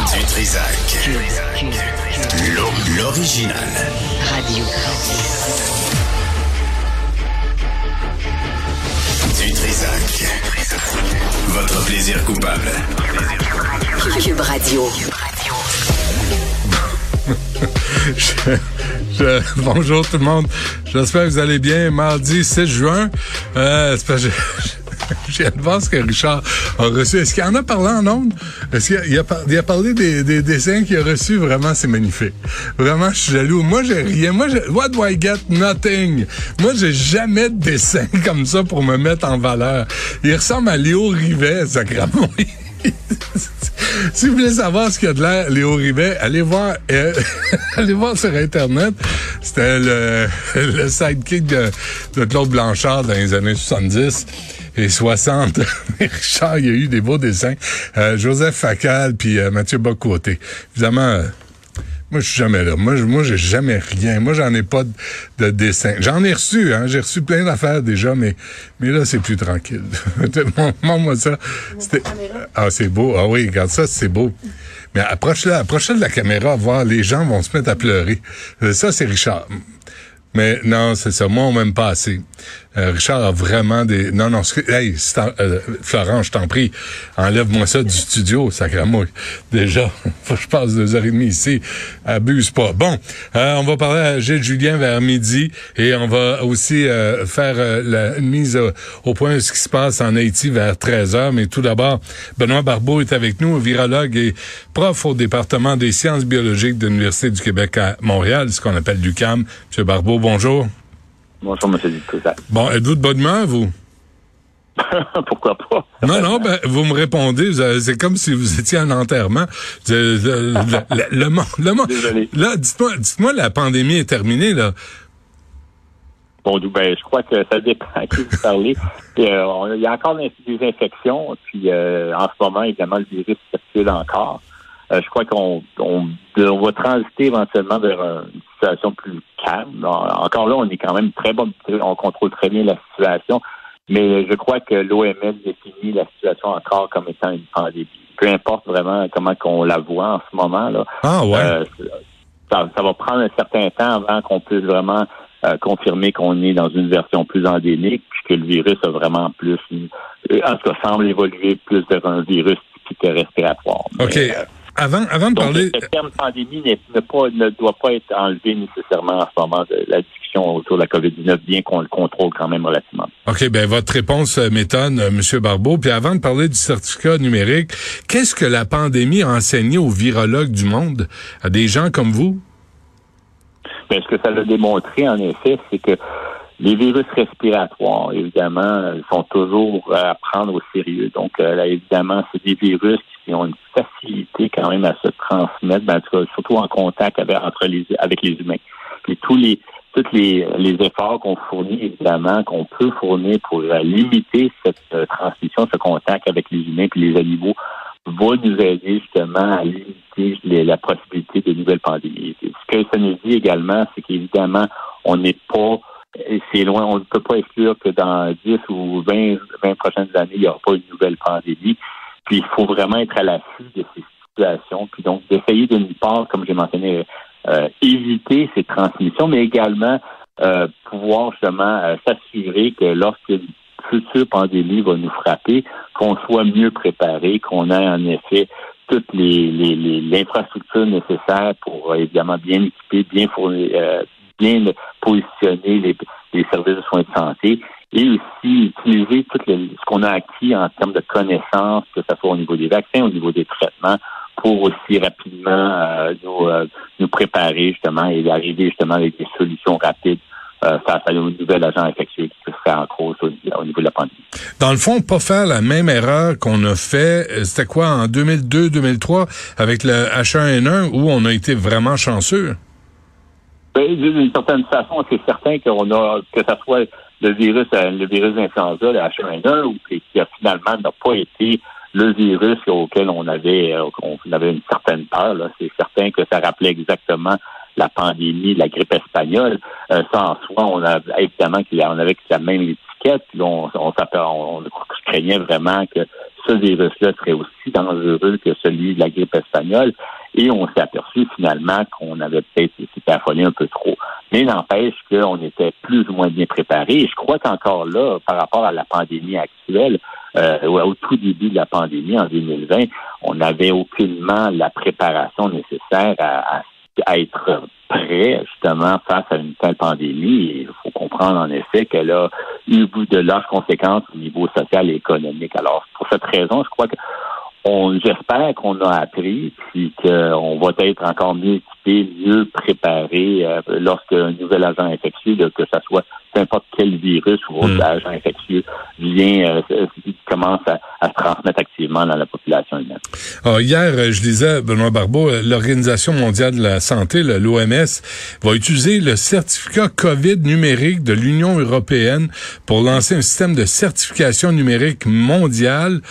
Du Trisac. L'original. Radio. Du Trisac. Votre plaisir coupable. Cube Radio. Bonjour tout le monde. J'espère que vous allez bien. Mardi 6 juin. J'ai hâte de voir ce que Richard a reçu. Est-ce qu'il en a parlé en ondes? Est-ce qu'il a parlé des dessins qu'il a reçus? Vraiment, c'est magnifique. Vraiment, je suis jaloux. Moi, j'ai rien. What do I get? Nothing. Moi, j'ai jamais de dessin comme ça pour me mettre en valeur. Il ressemble à Léo Rivet, sacrément. Si vous voulez savoir ce qu'il y a de l'air, Léo Rivet, allez voir sur Internet. C'était le sidekick de Claude Blanchard dans les années 70 et 60. Richard, il y a eu des beaux dessins. Joseph Facal puis Mathieu Bock-Côté. Évidemment, moi, je suis jamais là. Moi, j'ai jamais rien. Moi, j'en ai pas de dessin. J'en ai reçu, hein. J'ai reçu plein d'affaires déjà, mais là, c'est plus tranquille. Montre-moi ça. C'est beau. Ah oui, regarde ça, c'est beau. Mais approche-la de la caméra, voir, les gens vont se mettre à pleurer. Ça, c'est Richard. Mais non, c'est ça. Moi, on m'aime pas assez. Richard a vraiment des... Non, hey, Florent, je t'en prie, enlève-moi ça du studio, sacrément. Déjà, faut que je passe 2h30 ici. Abuse pas. Bon, on va parler à Gilles Julien vers midi et on va aussi faire la mise au point de ce qui se passe en Haïti vers 13h. Mais tout d'abord, Benoît Barbeau est avec nous, virologue et prof au département des sciences biologiques de l'Université du Québec à Montréal, ce qu'on appelle l'UQAM. Monsieur Barbeau, bonjour. Bonjour, M. Dutrisac. Bon, êtes-vous de bonne humeur, vous? Pourquoi pas? Non, vous me répondez, c'est comme si vous étiez à un enterrement. Le monde. Désolé. Là, dites-moi, la pandémie est terminée, là. Bon, je crois que ça dépend à qui vous parlez. Il y a encore des infections, puis en ce moment, évidemment, le virus circule encore. Je crois qu'on va transiter éventuellement vers une situation plus calme. Encore là, on est quand même très bon, on contrôle très bien la situation, mais je crois que l'OMS définit la situation encore comme étant une pandémie. Peu importe vraiment comment qu'on la voit en ce moment là. Ah ouais. Ça va prendre un certain temps avant qu'on puisse vraiment confirmer qu'on est dans une version plus endémique, puis que le virus a vraiment plus, en tout cas, semble évoluer plus vers un virus typique respiratoire. OK. Mais, avant de parler... Le terme pandémie ne doit pas être enlevé nécessairement en ce moment de la discussion autour de la COVID-19, bien qu'on le contrôle quand même relativement. OK, votre réponse m'étonne, M. Barbeau. Puis avant de parler du certificat numérique, qu'est-ce que la pandémie a enseigné aux virologues du monde, à des gens comme vous? Ce que ça a démontré, en effet, c'est que les virus respiratoires, évidemment, sont toujours à prendre au sérieux. Donc, là, évidemment, c'est des virus qui ont une facilité quand même à se transmettre, en tout cas, surtout en contact avec les humains. Puis tous les efforts qu'on fournit, évidemment, qu'on peut fournir pour limiter cette transmission, ce contact avec les humains puis les animaux, va nous aider justement à limiter la possibilité de nouvelles pandémies. Ce que ça nous dit également, c'est qu'évidemment, on n'est pas... C'est loin, on ne peut pas exclure que dans 10 ou 20 prochaines années, il n'y aura pas une nouvelle pandémie. Puis il faut vraiment être à l'affût de ces situations. Puis donc, d'essayer d'une part, comme j'ai mentionné, éviter ces transmissions, mais également pouvoir justement s'assurer que lorsqu'une future pandémie va nous frapper, qu'on soit mieux préparé, qu'on ait en effet toutes l'infrastructure nécessaire pour évidemment bien équiper, bien fournir, bien positionner les services de soins de santé et aussi utiliser tout ce qu'on a acquis en termes de connaissances, que ce soit au niveau des vaccins, au niveau des traitements, pour aussi rapidement nous préparer justement et arriver justement avec des solutions rapides face à nos nouvelles agents infectieux qui peuvent faire en cause au niveau de la pandémie. Dans le fond, pas faire la même erreur qu'on a fait, c'était quoi, en 2002-2003 avec le H1N1 où on a été vraiment chanceux? D'une certaine façon, c'est certain que ça soit le virus d'influenza, le H1N1, ou qui finalement n'a pas été le virus auquel on avait une certaine peur. Là. C'est certain que ça rappelait exactement la pandémie de la grippe espagnole. Ça, en soi, on a évidemment qu'on avait la même étiquette. Puis on craignait vraiment que ce virus-là serait aussi dangereux que celui de la grippe espagnole. Et on s'est aperçu finalement qu'on avait peut-être été affolé un peu trop. Mais n'empêche qu'on était plus ou moins bien préparé. Et je crois qu'encore là, par rapport à la pandémie actuelle, au tout début de la pandémie en 2020, on n'avait aucunement la préparation nécessaire à être prêt justement face à une telle pandémie. Et il faut comprendre en effet qu'elle a eu de larges conséquences au niveau social et économique. Alors, pour cette raison, je crois que j'espère qu'on a appris, puis qu'on va être encore mieux équipé, mieux préparé lorsqu'un nouvel agent infectieux, que ce soit n'importe quel virus ou autre agent infectieux, commence à se transmettre activement dans la population humaine. Alors, hier, je disais, Benoît Barbeau, l'Organisation mondiale de la santé, l'OMS, va utiliser le certificat COVID numérique de l'Union européenne pour lancer un système de certification numérique mondiale.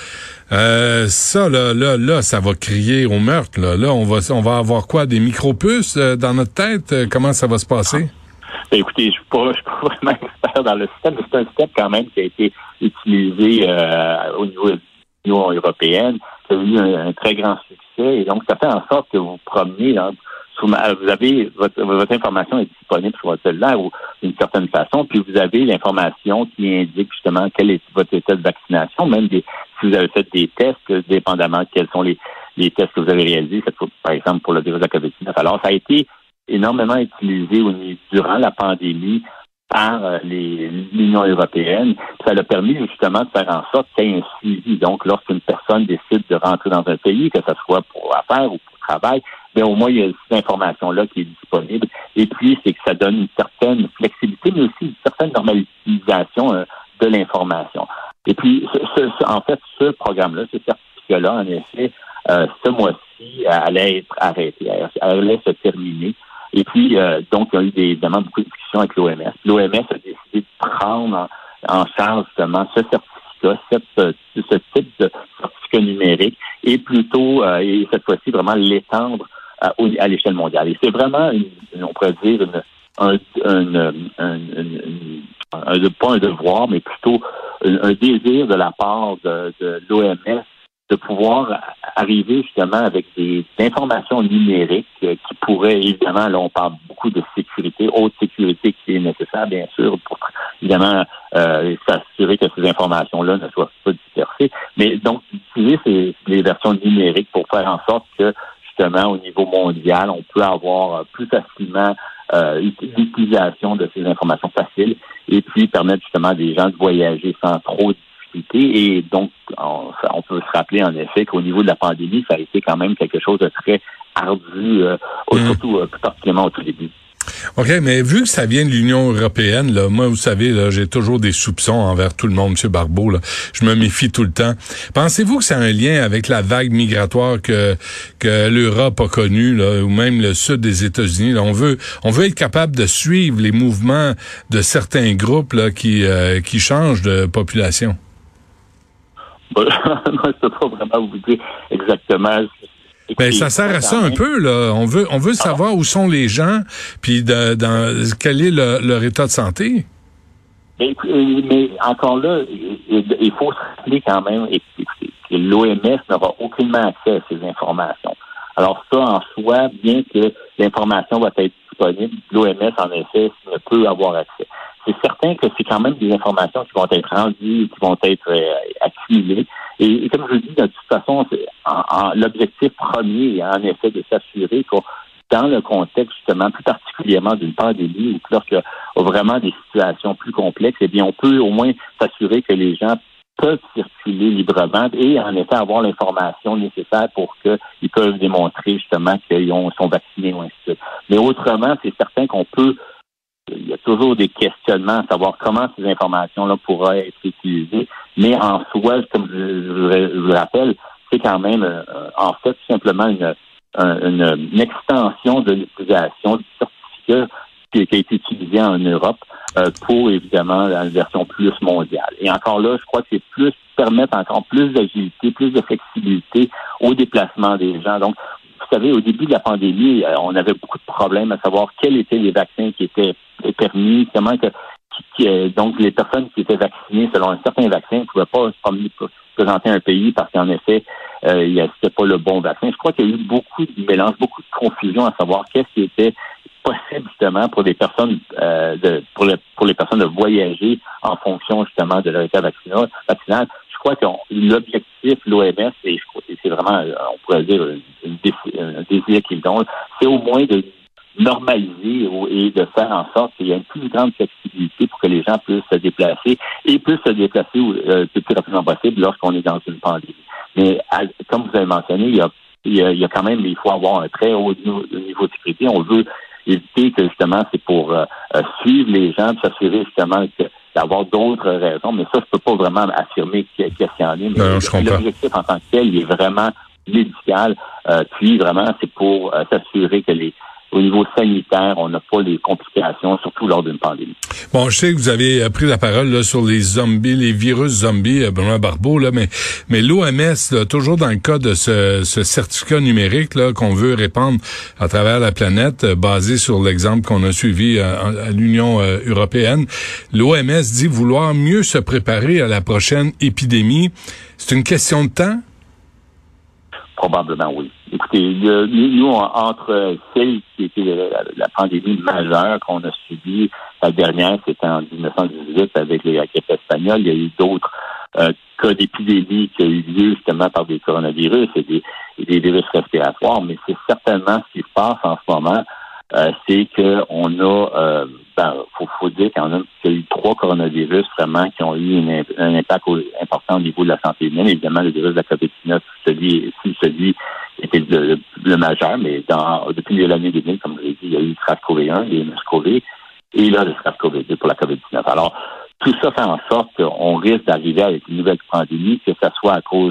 Ça va crier au meurtre. Là, on va avoir quoi, des micropuces dans notre tête? Comment ça va se passer? Ben, écoutez, je suis pas vraiment expert dans le système, mais c'est un système quand même qui a été utilisé au niveau de l'Union européenne, qui a eu un très grand succès. Et donc, ça fait en sorte que vous vous promenez là. Vous avez votre information est disponible sur votre cellulaire ou d'une certaine façon, puis vous avez l'information qui indique justement quel est votre état de vaccination, même si vous avez fait des tests, dépendamment de quels sont les tests que vous avez réalisés, cette fois, par exemple pour le virus de la COVID-19. Alors, ça a été énormément utilisé durant la pandémie par l'Union européenne. Ça a permis justement de faire en sorte qu'il y ait un suivi. Donc, lorsqu'une personne décide de rentrer dans un pays, que ce soit pour affaires ou pour travail, bien au moins il y a cette information-là qui est disponible. Et puis, c'est que ça donne une certaine flexibilité, mais aussi une certaine normalisation de l'information. Et puis, en fait, ce programme-là, ce certificat-là, en effet, ce mois-ci, allait être arrêté, allait se terminer. Et puis, donc, il y a eu évidemment beaucoup de discussions avec l'OMS. L'OMS a décidé de prendre en charge justement ce certificat, ce type de certificat numérique, et plutôt, et cette fois-ci, vraiment l'étendre à l'échelle mondiale. Et c'est vraiment, on pourrait dire, pas un devoir, mais plutôt un désir de la part de l'OMS de pouvoir arriver justement avec des informations numériques qui pourraient, évidemment, là on parle beaucoup de sécurité, haute sécurité qui est nécessaire, bien sûr, pour évidemment s'assurer que ces informations-là ne soient pas dispersées, mais donc utiliser les versions numériques pour faire en sorte que justement au niveau mondial, on peut avoir plus facilement l'utilisation de ces informations faciles et puis permettre justement à des gens de voyager sans trop de difficultés. Et donc, on peut se rappeler en effet qu'au niveau de la pandémie, ça a été quand même quelque chose de très ardu, surtout plus particulièrement au tout début. OK, mais vu que ça vient de l'Union européenne, là, moi, vous savez, là, j'ai toujours des soupçons envers tout le monde, M. Barbeau, là. Je me méfie tout le temps. Pensez-vous que ça a un lien avec la vague migratoire que l'Europe a connue, là, ou même le sud des États-Unis? Là, on veut être capable de suivre les mouvements de certains groupes là, qui changent de population. Moi, je peux pas vraiment vous dire exactement. Ben, ça sert à ça un peu, là. On veut savoir où sont les gens, puis quel est leur état de santé. Mais encore là, il faut se rappeler quand même que l'OMS n'aura aucunement accès à ces informations. Alors ça, en soi, bien que l'information va être disponible, l'OMS, en effet, ne peut avoir accès. C'est certain que c'est quand même des informations qui vont être rendues, qui vont être accumulées. Et comme je le dis, de toute façon, l'objectif premier est en effet de s'assurer que dans le contexte justement plus particulièrement d'une pandémie ou lorsqu'il y a vraiment des situations plus complexes, eh bien on peut au moins s'assurer que les gens peuvent circuler librement et en effet avoir l'information nécessaire pour qu'ils peuvent démontrer justement qu'ils sont vaccinés ou ainsi de suite. Mais autrement, c'est certain il y a toujours des questionnements à savoir comment ces informations-là pourraient être utilisées. Mais en soi, comme je vous rappelle, c'est quand même, en fait, tout simplement une extension de l'utilisation du certificat qui a été utilisé en Europe pour, évidemment, la version plus mondiale. Et encore là, je crois que c'est permettre encore plus d'agilité, plus de flexibilité au déplacement des gens. Donc, vous savez, au début de la pandémie, on avait beaucoup de problèmes à savoir quels étaient les vaccins qui étaient permis, donc les personnes qui étaient vaccinées selon un certain vaccin ne pouvaient pas se présenter un pays parce qu'en effet, c'était pas le bon vaccin. Je crois qu'il y a eu beaucoup de mélange, beaucoup de confusion à savoir qu'est-ce qui était possible justement pour des personnes pour les personnes de voyager en fonction justement de leur état vaccinal. Je crois que l'objectif, l'OMS, et c'est vraiment, on pourrait dire, un désir qu'ils ont, c'est au moins de normaliser et de faire en sorte qu'il y ait une plus grande flexibilité pour que les gens puissent se déplacer et puissent se déplacer le plus rapidement possible lorsqu'on est dans une pandémie. Mais comme vous avez mentionné, il y a quand même, il faut avoir un très haut niveau de sécurité. On veut éviter que justement c'est pour suivre les gens, s'assurer justement d'avoir d'autres raisons. Mais ça, je peux pas vraiment affirmer qu'est-ce qu'il y en a. Mais l'objectif en tant que tel, il est vraiment médical. Puis vraiment, c'est pour s'assurer que au niveau sanitaire, on n'a pas les complications, surtout lors d'une pandémie. Bon, je sais que vous avez pris la parole là, sur les zombies, les virus zombies, Benoît Barbeau, là, mais l'OMS, toujours dans le cas de ce certificat numérique là qu'on veut répandre à travers la planète, basé sur l'exemple qu'on a suivi à l'Union européenne, l'OMS dit vouloir mieux se préparer à la prochaine épidémie. C'est une question de temps? Probablement, oui. Écoutez, nous, entre celle qui était la pandémie majeure qu'on a subie, la dernière, c'était en 1918 avec la grippe espagnole, il y a eu d'autres cas d'épidémie qui ont eu lieu justement par des coronavirus et des virus respiratoires, mais c'est certainement ce qui se passe en ce moment, c'est que on a, faut dire qu'il y a eu 3 coronavirus vraiment qui ont eu un impact important au niveau de la santé humaine. Évidemment, le virus de la COVID-19, celui était le majeur, mais depuis l'année 2000, comme je l'ai dit, il y a eu le SARS-CoV-1, il y a eu le MERS-CoV et là, le SARS-CoV-2 pour la COVID-19. Alors, tout ça fait en sorte qu'on risque d'arriver avec une nouvelle pandémie, que ce soit à cause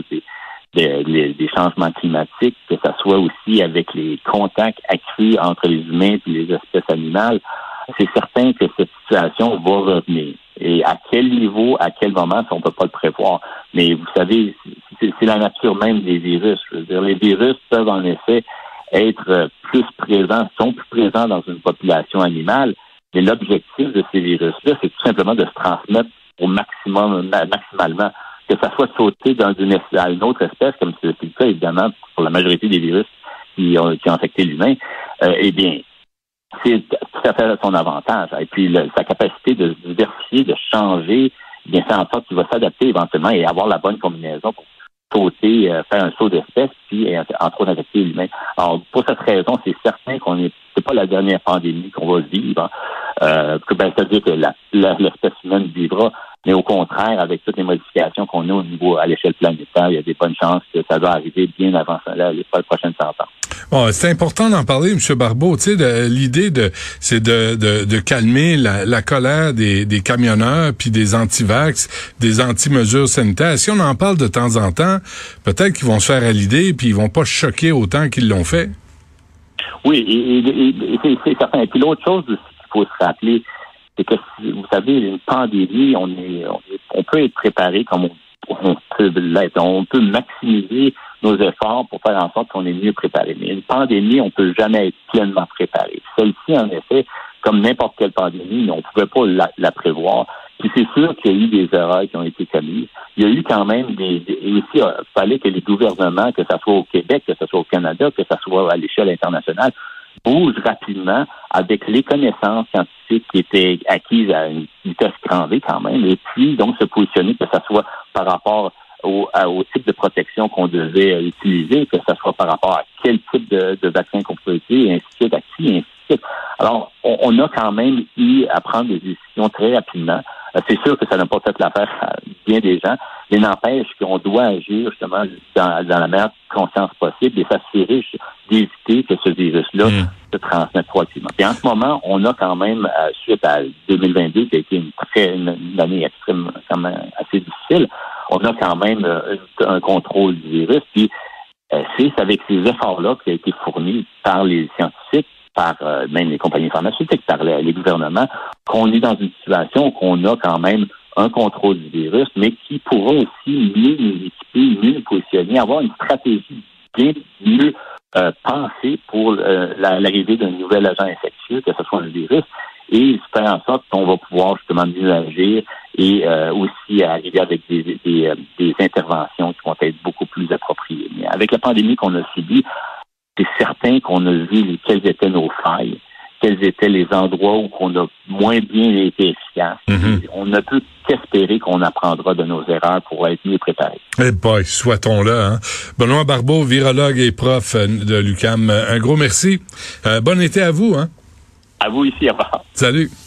des changements climatiques, que ce soit aussi avec les contacts accrus entre les humains et les espèces animales. C'est certain que cette situation va revenir. Et à quel niveau, à quel moment, ça, on ne peut pas le prévoir. Mais vous savez, c'est la nature même des virus. Je veux dire, les virus peuvent en effet être sont plus présents dans une population animale. Mais l'objectif de ces virus-là, c'est tout simplement de se transmettre au maximalement. Que ça soit sauté à une autre espèce, comme c'est le cas, évidemment, pour la majorité des virus qui ont infecté l'humain, eh bien, c'est tout à fait à son avantage. Et puis, sa capacité de se diversifier, de changer, eh bien, faire en sorte qu'il va s'adapter éventuellement et avoir la bonne combinaison pour sauter, faire un saut d'espèce, puis entre autres infecter l'humain. Alors, pour cette raison, c'est certain c'est pas la dernière pandémie qu'on va vivre. C'est-à-dire que l'espèce humaine vivra, mais au contraire, avec toutes les modifications qu'on a à l'échelle planétaire, il y a des bonnes chances que ça va arriver bien avant les prochaines 100 ans. Bon, c'est important d'en parler, M. Barbeau. Tu sais, l'idée c'est de calmer la colère des camionneurs puis des anti-vax, des anti-mesures sanitaires. Si on en parle de temps en temps, peut-être qu'ils vont se faire à l'idée puis ils vont pas choquer autant qu'ils l'ont fait. Oui, et c'est certain. Et puis l'autre chose aussi qu'il faut se rappeler, c'est que, vous savez, une pandémie, on peut être préparé comme on peut l'être. On peut maximiser nos efforts pour faire en sorte qu'on est mieux préparé. Mais une pandémie, on peut jamais être pleinement préparé. Celle-ci, en effet, comme n'importe quelle pandémie, on ne pouvait pas la prévoir. Puis c'est sûr qu'il y a eu des erreurs qui ont été commises. Il y a eu quand même et aussi, il fallait que les gouvernements, que ce soit au Québec, que ce soit au Canada, que ce soit à l'échelle internationale, bougent rapidement avec les connaissances scientifiques qui étaient acquises à une vitesse grand V quand même, et puis donc se positionner, que ce soit par rapport au type de protection qu'on devait utiliser, que ce soit par rapport à quel type de vaccin qu'on peut utiliser, et ainsi de suite, à qui, et ainsi de suite. Alors, on a quand même eu à prendre des décisions très rapidement. C'est sûr que ça n'a pas fait l'affaire à bien des gens, mais n'empêche qu'on doit agir justement dans la meilleure conscience possible et s'assurer d'éviter que ce virus-là se transmette proactivement. Et en ce moment, on a quand même, suite à 2022, qui a été une année extrême, quand même assez difficile, on a quand même un contrôle du virus. Puis c'est avec ces efforts-là qui a été fourni par les scientifiques, par même les compagnies pharmaceutiques, par les gouvernements, qu'on est dans une situation où on a quand même un contrôle du virus, mais qui pourra aussi mieux nous équiper, mieux nous positionner, avoir une stratégie bien mieux pensée pour l'arrivée d'un nouvel agent infectieux, que ce soit un virus. et faire en sorte qu'on va pouvoir justement mieux agir et aussi arriver avec des interventions qui vont être beaucoup plus appropriées. Mais avec la pandémie qu'on a subie, c'est certain qu'on a vu quelles étaient nos failles, quels étaient les endroits où on a moins bien été efficace. On ne peut qu'espérer qu'on apprendra de nos erreurs pour être mieux préparés. Eh boy, souhaitons-le. Hein? Benoît Barbeau, virologue et prof de l'UQAM, un gros merci. Bon été à vous. Hein? À vous ici, à part. Salut.